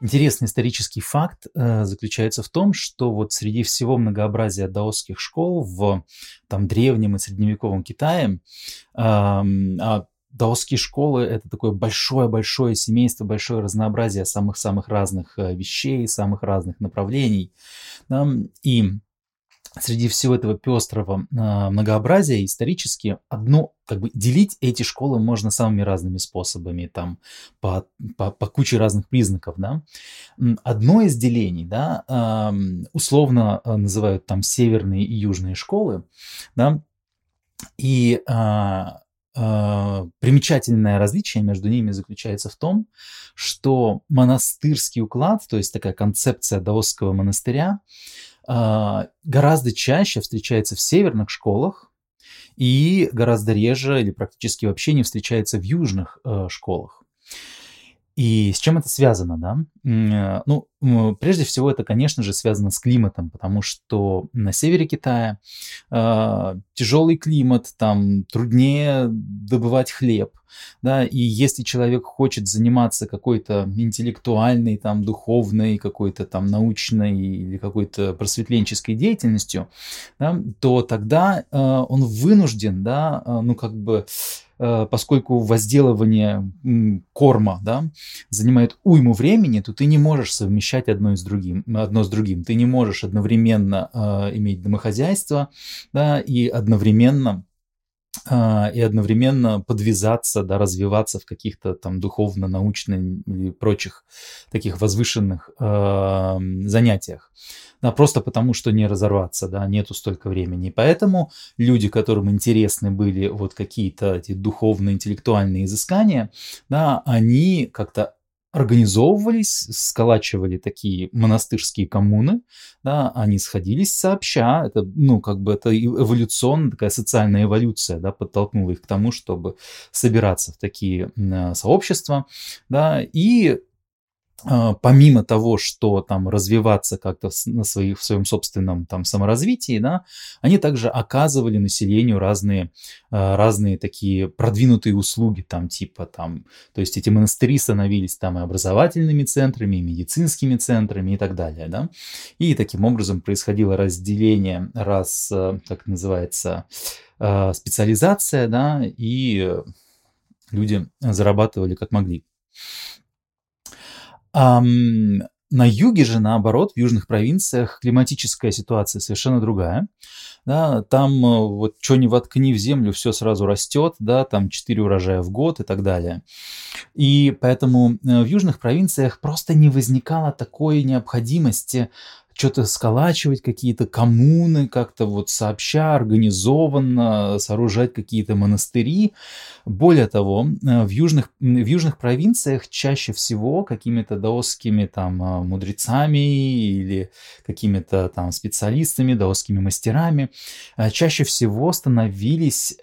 Интересный исторический факт заключается в том, что вот среди всего многообразия даосских школ в там древнем и средневековом Китае, даосские школы — это такое большое-большое семейство, большое разнообразие самых-самых разных вещей, самых разных направлений. Да. И среди всего этого пестрого многообразия исторически как бы делить эти школы можно самыми разными способами, там, по куче разных признаков, да. Одно из делений, да, условно называют там северные и южные школы, да, и примечательное различие между ними заключается в том, что монастырский уклад, то есть такая концепция даосского монастыря, гораздо чаще встречается в северных школах и гораздо реже или практически вообще не встречается в южных школах. И с чем это связано, да? Ну, прежде всего, это, конечно же, связано с климатом, потому что на севере Китая тяжелый климат, там труднее добывать хлеб, да, и если человек хочет заниматься какой-то интеллектуальной, там, духовной, какой-то там научной или какой-то просветленческой деятельностью, да, то тогда он вынужден, да, ну, как бы, поскольку возделывание корма, да, занимает уйму времени, то ты не можешь совмещать одно с другим. Ты не можешь одновременно иметь домохозяйство, да, и одновременно подвязаться, да, развиваться в каких-то там духовно-научных или прочих таких возвышенных занятиях. Да, просто потому, что не разорваться, да, нету столько времени. И поэтому люди, которым интересны были вот какие-то эти духовно-интеллектуальные изыскания, да, они как-то организовывались, сколачивали такие монастырские коммуны, да, они сходились сообща, это, ну, как бы это эволюционная, такая социальная эволюция, да, подтолкнула их к тому, чтобы собираться в такие сообщества, да, и помимо того, что там развиваться как-то в своем собственном там саморазвитии, да, они также оказывали населению разные такие продвинутые услуги, там типа там, то есть эти монастыри становились там и образовательными центрами, и медицинскими центрами и так далее, да, и таким образом происходило разделение, как называется, специализация, да, и люди зарабатывали как могли. На юге же, наоборот, в южных провинциях климатическая ситуация совершенно другая. Да, там вот что ни воткни в землю, все сразу растет, да, там 4 урожая в год и так далее. И поэтому в южных провинциях просто не возникало такой необходимости что-то сколачивать, какие-то коммуны, как-то вот сообща, организованно сооружать какие-то монастыри. Более того, в южных провинциях чаще всего какими-то даосскими там мудрецами или какими-то там специалистами, даосскими мастерами чаще всего становились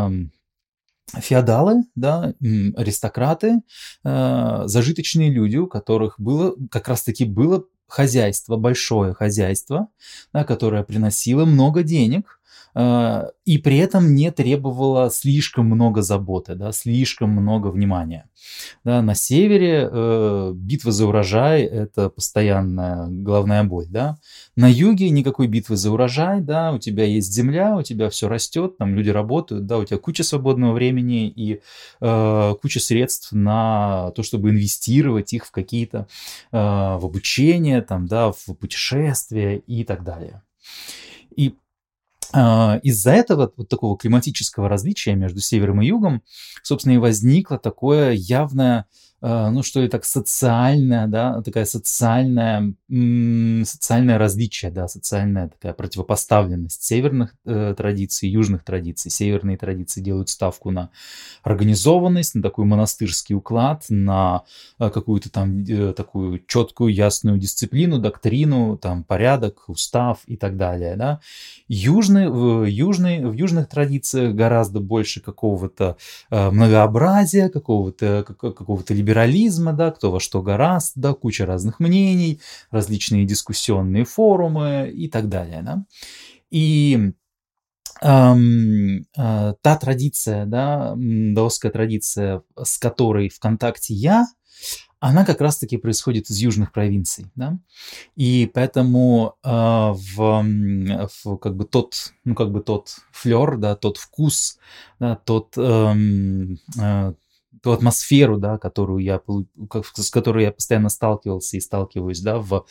феодалы, да, аристократы, зажиточные люди, у которых было как раз-таки было хозяйство, большое хозяйство, да, которое приносило много денег, и при этом не требовало слишком много заботы, да, слишком много внимания. Да, на севере битва за урожай — это постоянная головная боль, да. На юге никакой битвы за урожай, да, у тебя есть земля, у тебя все растет, там люди работают, да, у тебя куча свободного времени и куча средств на то, чтобы инвестировать их в какие-то, в обучение, там, да, в путешествия и так далее. И из-за этого вот такого климатического различия между севером и югом, собственно, и возникло такое явное, ну что ли, так социальное, да, такая социальное различие, да, социальная такая противопоставленность северных традиций, южных традиций. Северные традиции делают ставку на организованность, на такой монастырский уклад, на какую-то там такую четкую, ясную дисциплину, доктрину, там порядок, устав и так далее, да. В южных традициях гораздо больше какого-то многообразия, какого-то либерализма, да, кто во что гораст, да, куча разных мнений, различные дискуссионные форумы и так далее, да. И та традиция, да, даосская традиция, с которой в контакте я, она как раз-таки происходит из южных провинций, да. И поэтому как бы тот флер, да, тот вкус, да, ту атмосферу, да, с которой я постоянно сталкивался и сталкиваюсь, да, в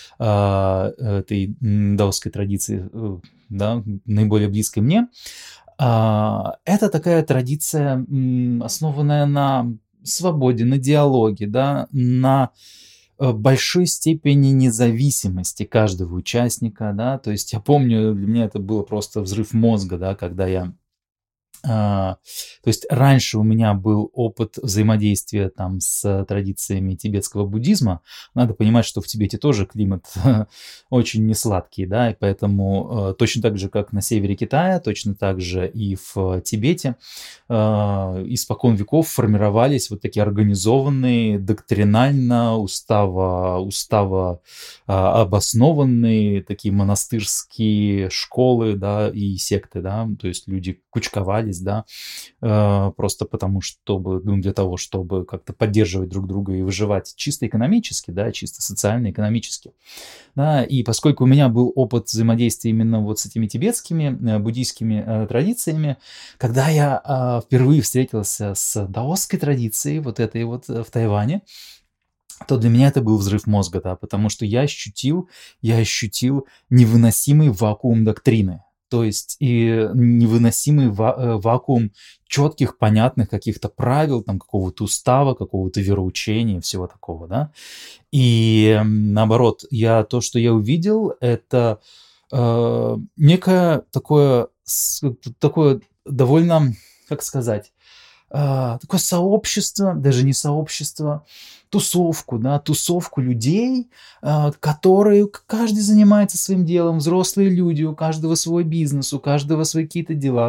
этой даосской традиции, да, наиболее близкой мне, это такая традиция, основанная на свободе, на диалоге, да, на большой степени независимости каждого участника, да. То есть я помню, для меня это было просто взрыв мозга, да, когда я а, то есть раньше у меня был опыт взаимодействия там с традициями тибетского буддизма. Надо понимать, что в Тибете тоже климат очень несладкий, да, и поэтому точно так же, как на севере Китая, точно так же и в Тибете испокон веков формировались вот такие организованные, доктринально, устава обоснованные такие монастырские школы, да, и секты, да, то есть люди кучковались, да, просто потому, для того, чтобы как-то поддерживать друг друга и выживать чисто экономически, да, чисто социально-экономически, да, и поскольку у меня был опыт взаимодействия именно вот с этими тибетскими буддийскими традициями, когда я впервые встретился с даосской традицией, вот этой вот в Тайване, то для меня это был взрыв мозга, да, потому что я ощутил невыносимый вакуум доктрины. То есть и невыносимый вакуум четких, понятных каких-то правил, там, какого-то устава, какого-то вероучения, всего такого, да. И наоборот, то, что я увидел, это некое такое довольно, как сказать, такое сообщество, даже не сообщество, тусовку людей, которые каждый занимается своим делом, взрослые люди, у каждого свой бизнес, у каждого свои какие-то дела,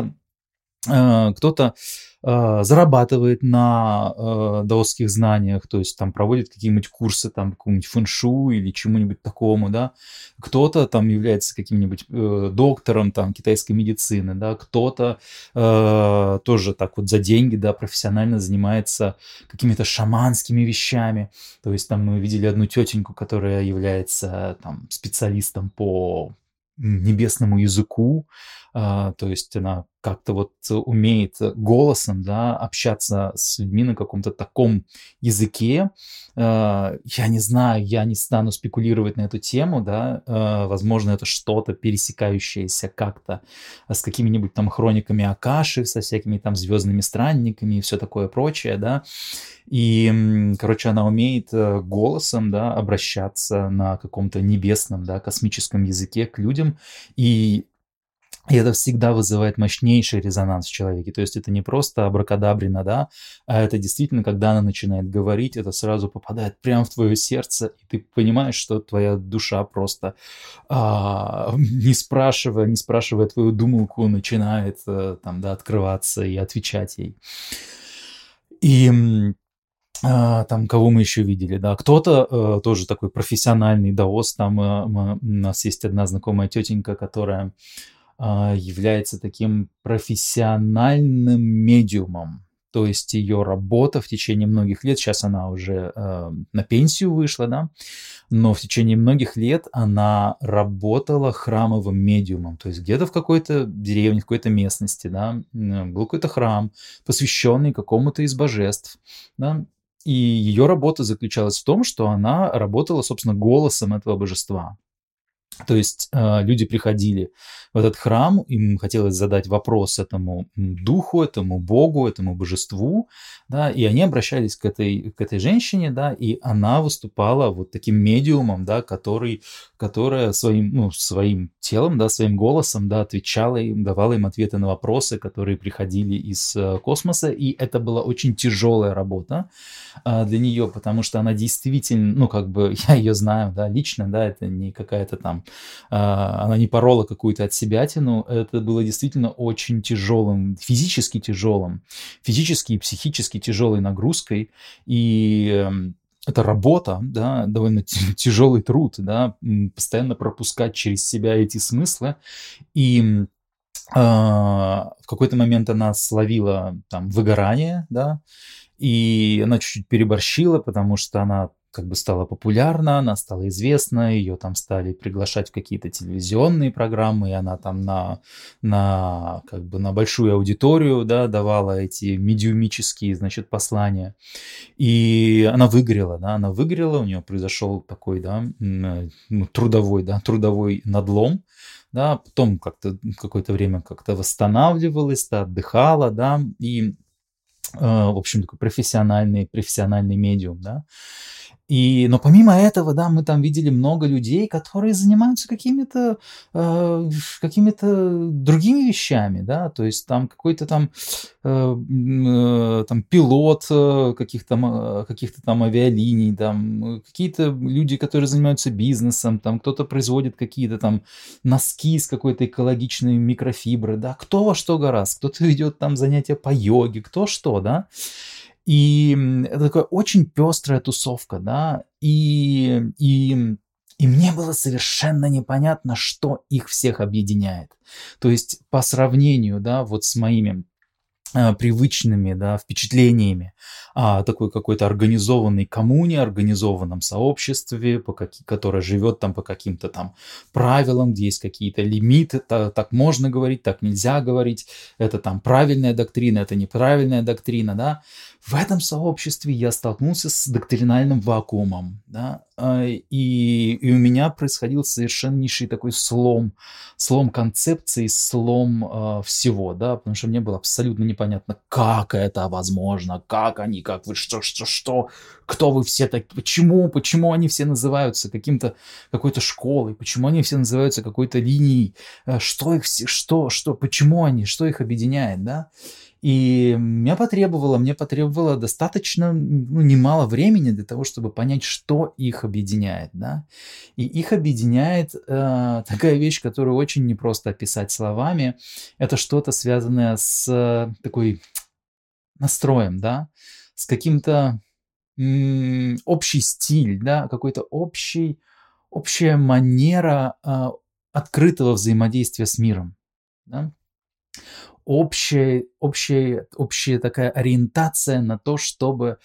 кто-то зарабатывает на даосских знаниях, то есть там проводит какие-нибудь курсы там какому-нибудь фэншу или чему-нибудь такому, да, кто-то там является каким-нибудь доктором там китайской медицины, да, кто-то тоже так вот за деньги, да, профессионально занимается какими-то шаманскими вещами, то есть там мы видели одну тетеньку, которая является там специалистом по небесному языку, то есть она как-то вот умеет голосом, да, общаться с людьми на каком-то таком языке. Я не знаю, я не стану спекулировать на эту тему, да, возможно, это что-то пересекающееся как-то с какими-нибудь там хрониками Акаши, со всякими там звездными странниками и все такое прочее, да. И, короче, она умеет голосом, да, обращаться на каком-то небесном, да, космическом языке к людям, и это всегда вызывает мощнейший резонанс в человеке. То есть это не просто абракадабрина, да, а это действительно, когда она начинает говорить, это сразу попадает прямо в твое сердце, и ты понимаешь, что твоя душа просто, не спрашивая твою думалку, начинает там, да, открываться и отвечать ей. И там, кого мы еще видели, да, кто-то тоже такой профессиональный даос, там у нас есть одна знакомая тетенька, которая является таким профессиональным медиумом. То есть ее работа в течение многих лет, сейчас она уже на пенсию вышла, да, но в течение многих лет она работала храмовым медиумом. То есть где-то в какой-то деревне, в какой-то местности, да, был какой-то храм, посвященный какому-то из божеств, да, и ее работа заключалась в том, что она работала, собственно, голосом этого божества. То есть люди приходили в этот храм, им хотелось задать вопрос этому духу, этому богу, этому божеству, да, и они обращались к этой женщине, да, и она выступала вот таким медиумом, да, которая своим телом, да, своим голосом, да, отвечала им, давала им ответы на вопросы, которые приходили из космоса, и это была очень тяжелая работа для нее, потому что она действительно, ну, как бы, я ее знаю, да, лично, да, это не какая-то там, она не порола какую-то отсебятину, это было действительно очень тяжелым, физически и психически тяжелой нагрузкой, и это работа, да, довольно тяжелый труд, да, постоянно пропускать через себя эти смыслы, и в какой-то момент она словила там выгорание, да, И она чуть-чуть переборщила, потому что она как бы стала популярна, она стала известна, ее там стали приглашать в какие-то телевизионные программы, и она там как бы на большую аудиторию, да, давала эти медиумические, значит, послания. И она выгорела, да, она выгорела, у нее произошел такой, да, трудовой надлом, да, потом как-то какое-то время как-то восстанавливалась, да, отдыхала, да, и, в общем, такой профессиональный медиум, да. Но помимо этого, да, мы там видели много людей, которые занимаются какими-то другими вещами, да, то есть там какой-то там пилот каких-то там авиалиний, там какие-то люди, которые занимаются бизнесом, там кто-то производит какие-то там носки из какой-то экологичной микрофибры, да, кто во что гораст, кто-то ведет там занятия по йоге, кто что, да. И это такая очень пестрая тусовка, да, и мне было совершенно непонятно, что их всех объединяет. То есть по сравнению, да, вот с моими привычными, да, впечатлениями о такой какой-то организованной коммуне, организованном сообществе, которое живет там по каким-то там правилам, где есть какие-то лимиты, так можно говорить, так нельзя говорить, это там правильная доктрина, это неправильная доктрина, да. В этом сообществе я столкнулся с доктринальным вакуумом, да, и у меня происходил совершеннейший такой слом концепции, слом всего, да, потому что мне было абсолютно непонятно, как это возможно, как вы, что, кто вы все такие, почему они все называются какой-то школой, почему они все называются какой-то линией, что их все, почему они, что их объединяет, да. И мне потребовало достаточно, немало времени для того, чтобы понять, что их объединяет, да. И их объединяет такая вещь, которую очень непросто описать словами. Это что-то связанное с такой настроем, да, с каким-то общий стиль, да, какой-то общая манера открытого взаимодействия с миром, да. Общая такая ориентация на то, чтобы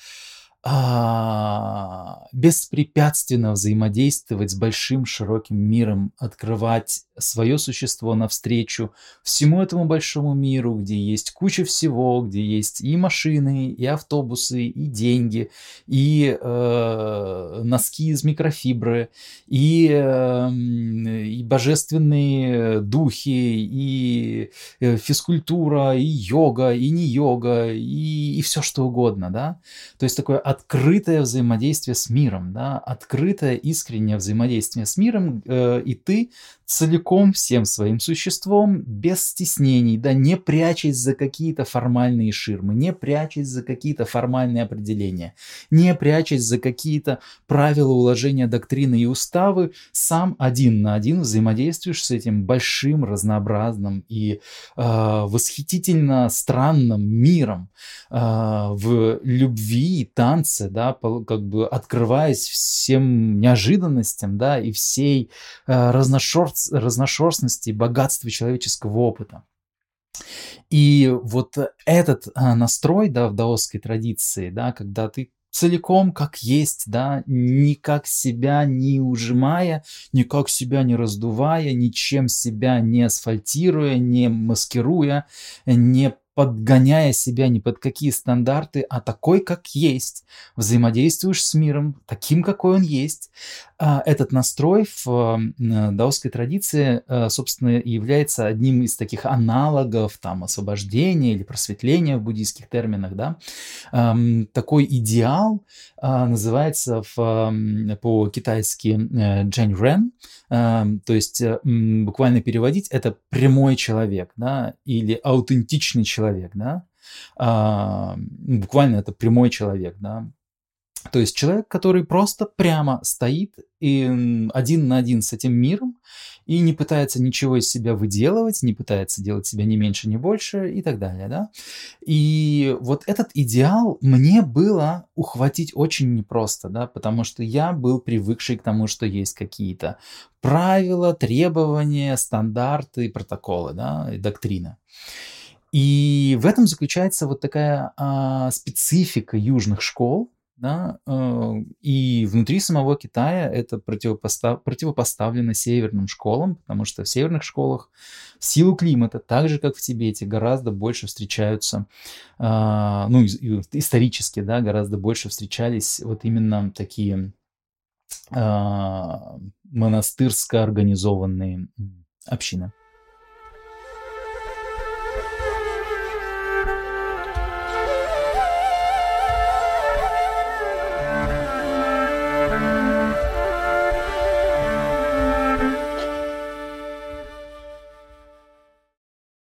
беспрепятственно взаимодействовать с большим широким миром, открывать свое существо навстречу всему этому большому миру, где есть куча всего, где есть и машины, и автобусы, и деньги, и носки из микрофибры, и божественные духи, и физкультура, и йога, и не йога, и все что угодно, да. То есть такое открытое взаимодействие с миром, да, открытое, искреннее взаимодействие с миром, и ты целиком всем своим существом, без стеснений, да, не прячась за какие-то формальные ширмы, не прячась за какие-то формальные определения, не прячась за какие-то правила, уложения, доктрины и уставы, сам один на один взаимодействуешь с этим большим, разнообразным и восхитительно странным миром в любви, танце, да, как бы открываясь всем неожиданностям, да, и всей разношерстности, богатству человеческого опыта. И вот этот настрой, да, в даосской традиции, да, когда ты целиком как есть, да, никак себя не ужимая, никак себя не раздувая, ничем себя не асфальтируя, не маскируя, не подгоняя себя ни под какие стандарты, а такой, как есть. Взаимодействуешь с миром таким, какой он есть. Этот настрой в даосской традиции, собственно, и является одним из таких аналогов там, освобождения или просветления в буддийских терминах. Да? Такой идеал называется по-китайски Джэнь Рэн, то есть буквально переводить это прямой человек, да, или аутентичный человек, да, буквально это прямой человек, да. То есть человек, который просто прямо стоит и один на один с этим миром и не пытается ничего из себя выделывать, не пытается делать себя ни меньше, ни больше и так далее, да. И вот этот идеал мне было ухватить очень непросто, да, потому что я был привыкший к тому, что есть какие-то правила, требования, стандарты, протоколы, да, и доктрина. И в этом заключается вот такая специфика южных школ, да, и внутри самого Китая это противопоставлено северным школам, потому что в северных школах в силу климата, так же как в Тибете, гораздо больше встречаются, ну, исторически, да, гораздо больше встречались вот именно такие монастырско организованные общины.